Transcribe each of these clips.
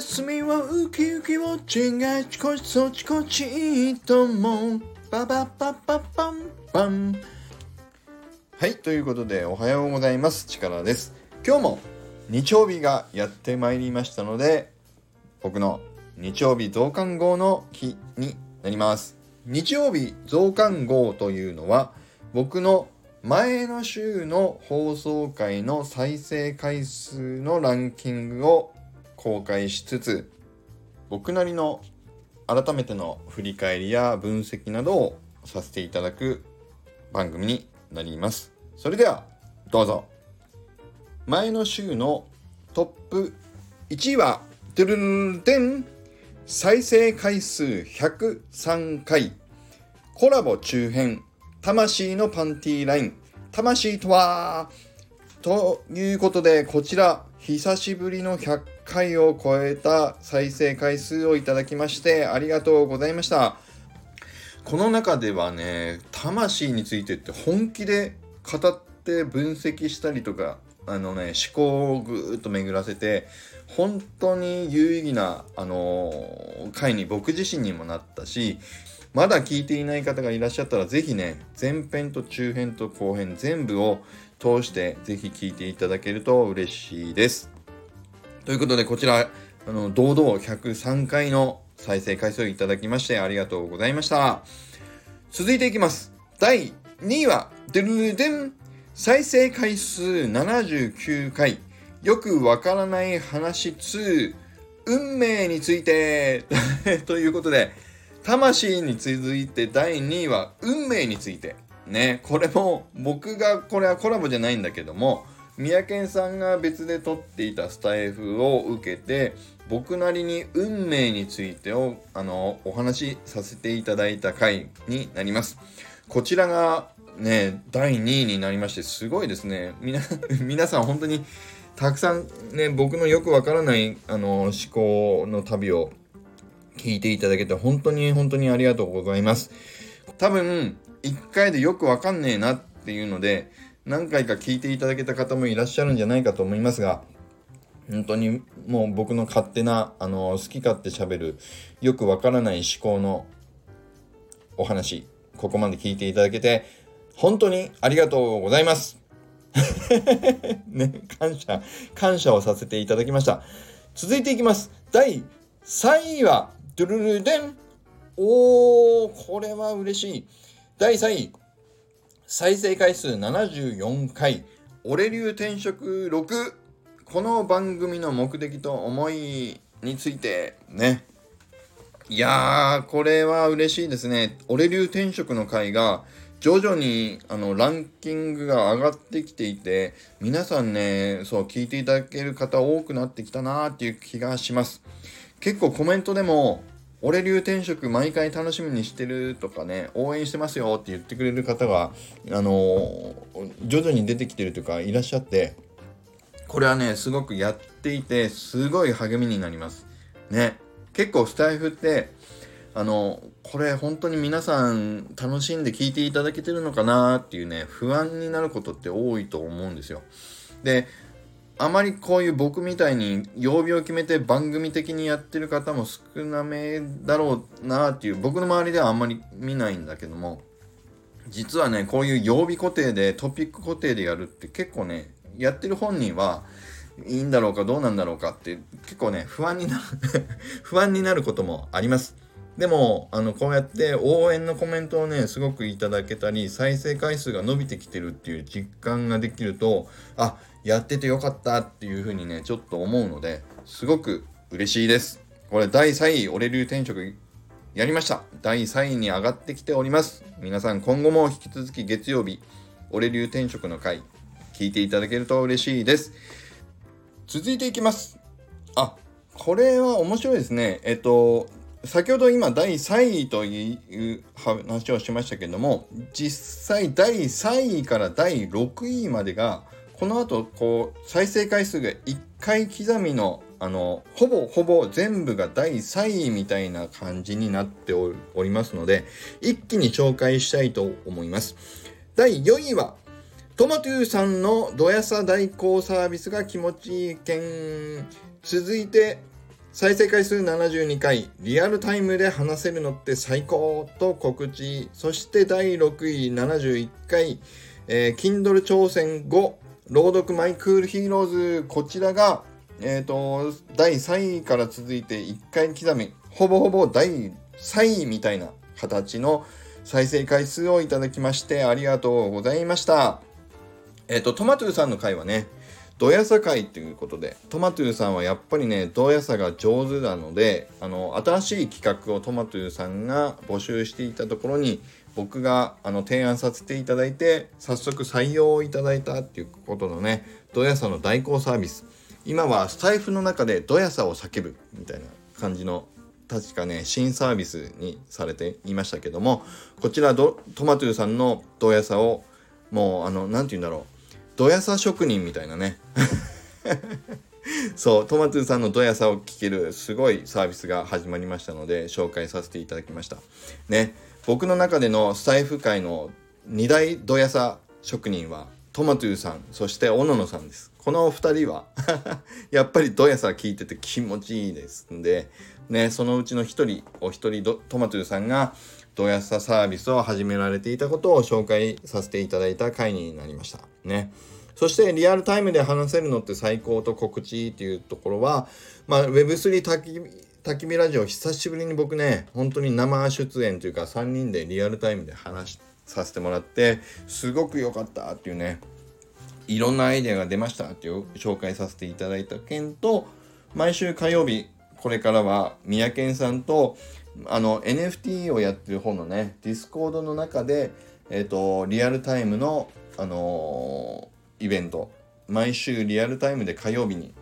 休みはウキウキウォッチングあちこちそちこちともパパパパパンパン。はい、ということでおはようございます。チカラです。今日も日曜日がやってまいりましたので、僕の日曜日増刊号の日になります。日曜日増刊号というのは、僕の前の週の放送回の再生回数のランキングを公開しつつ、僕なりの改めての振り返りや分析などをさせていただく番組になります。それではどうぞ。前の週のトップ1位はドゥルルルデン、再生回数103回、コラボ中編、魂のパンティーライン、魂とはということで、こちら久しぶりの100回を超えた再生回数をいただきましてありがとうございました。この中ではね、魂についてって本気で語って分析したりとか、思考をぐーっと巡らせて、本当に有意義な回に僕自身にもなったし、まだ聞いていない方がいらっしゃったらぜひね、前編と中編と後編全部を通してぜひ聞いていただけると嬉しいです。ということで、こちら堂々103回の再生回数をいただきましてありがとうございました。続いていきます。第2位はデルルデン、再生回数79回、よくわからない話2、運命についてということで、魂に続いて第2位は運命についてね。これも僕が、これはコラボじゃないんだけども、三宅さんが別で撮っていたスタイフを受けて、僕なりに運命についてをお話しさせていただいた回になります。こちらがね、第2位になりまして、すごいですね。皆さん本当にたくさんね、僕のよくわからない思考の旅を聞いていただけて本当に本当にありがとうございます。多分1回でよくわかんねえなっていうので何回か聞いていただけた方もいらっしゃるんじゃないかと思いますが、本当にもう僕の勝手な好き勝手喋るよくわからない思考のお話、ここまで聞いていただけて本当にありがとうございますね、感謝をさせていただきました。続いていきます。第3位はドゥルルデン、これは嬉しい。第3位、再生回数74回、俺流転職6、この番組の目的と思いについてね。いやー、これは嬉しいですね。俺流転職の回が徐々にランキングが上がってきていて、皆さんね、そう聞いていただける方多くなってきたなーっていう気がします。結構コメントでも俺流転職毎回楽しみにしてるとかね、応援してますよって言ってくれる方が徐々に出てきてるというかいらっしゃって、これはねすごくやっていてすごい励みになりますね。結構スタイフってこれ本当に皆さん楽しんで聞いていただけてるのかなっていうね、不安になることって多いと思うんですよ。で、あまりこういう僕みたいに曜日を決めて番組的にやってる方も少なめだろうなっていう、僕の周りではあんまり見ないんだけども、実はねこういう曜日固定でトピック固定でやるって結構ね、やってる本人はいいんだろうかどうなんだろうかって結構ね不安になる不安になることもあります。でもこうやって応援のコメントをねすごくいただけたり、再生回数が伸びてきてるっていう実感ができると、やっててよかったっていう風にねちょっと思うので、すごく嬉しいです。これ第3位俺流転職やりました。第3位に上がってきております。皆さん今後も引き続き月曜日俺流転職の回聞いていただけると嬉しいです。続いていきます。これは面白いですね。先ほど今第3位という話をしましたけども、実際第3位から第6位までがこの後再生回数が1回刻みのほぼ全部が第3位みたいな感じになっておりますので、一気に紹介したいと思います。第4位はトマトゥーさんのドヤサ代行サービスが気持ちいい件。続いて再生回数72回、リアルタイムで話せるのって最高と告知。そして第6位71回、Kindle 挑戦5、朗読マイクールヒーローズ。こちらが、第3位から続いて1回刻み、ほぼほぼ第3位みたいな形の再生回数をいただきましてありがとうございました。トマトゥーさんの回はね、ドヤさ会ということで、トマトゥーさんはやっぱりね、ドヤさが上手なので、新しい企画をトマトゥーさんが募集していたところに、僕が提案させていただいて、早速採用をいただいたっていうことのね、ドヤさの代行サービス。今はスタイフの中でドヤさを叫ぶみたいな感じの、確かね、新サービスにされていましたけども、こちらトマトゥーさんのドヤさを、もうなんて言うんだろう、ドヤさ職人みたいなねそう、トマトゥーさんのドヤさを聞けるすごいサービスが始まりましたので紹介させていただきましたね。僕の中でのスタイフ界の2大ドヤさ職人はトマトゥーさん、そしてオノノさんです。この2人はやっぱりドヤさ聞いてて気持ちいいですんでね、そのうちのお一人トマトゥーさんがドヤさサービスを始められていたことを紹介させていただいた回になりましたね。そしてリアルタイムで話せるのって最高と告知っていうところは、Web3 焚き火ラジオ久しぶりに僕ね、本当に生出演というか3人でリアルタイムで話させてもらってすごく良かったっていうね、いろんなアイデアが出ましたっていう紹介させていただいた件と、毎週火曜日これからは宮健さんとNFT をやってる方のね、ディスコードの中でリアルタイムのイベント、毎週リアルタイムで火曜日に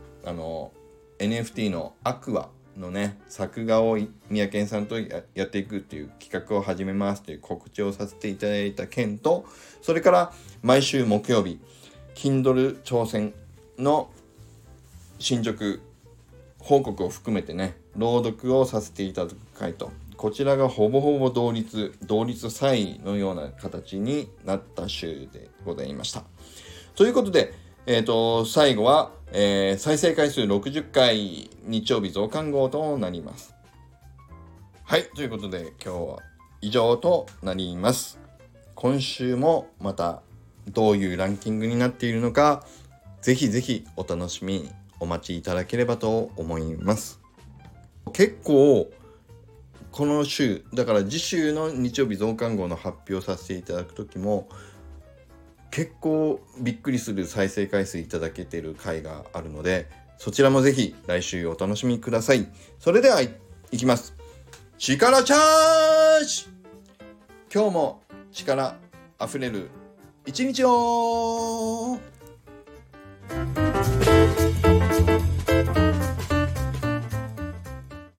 NFT のアクアのね、作画を宮健さんとやっていくっていう企画を始めますという告知をさせていただいた件と、それから毎週木曜日 Kindle 挑戦の進捗報告を含めてね、朗読をさせていただく回と、こちらがほぼほぼ同率3位のような形になった週でございました。ということで、最後は、再生回数60回日曜日増刊号となります。はい、ということで今日は以上となります。今週もまたどういうランキングになっているのか、ぜひぜひお楽しみにお待ちいただければと思います。結構この週、だから次週の日曜日増刊号の発表させていただくときも結構びっくりする再生回数いただけている回があるので、そちらもぜひ来週お楽しみください。それではいきます。力チャージ。今日も力あふれる一日を。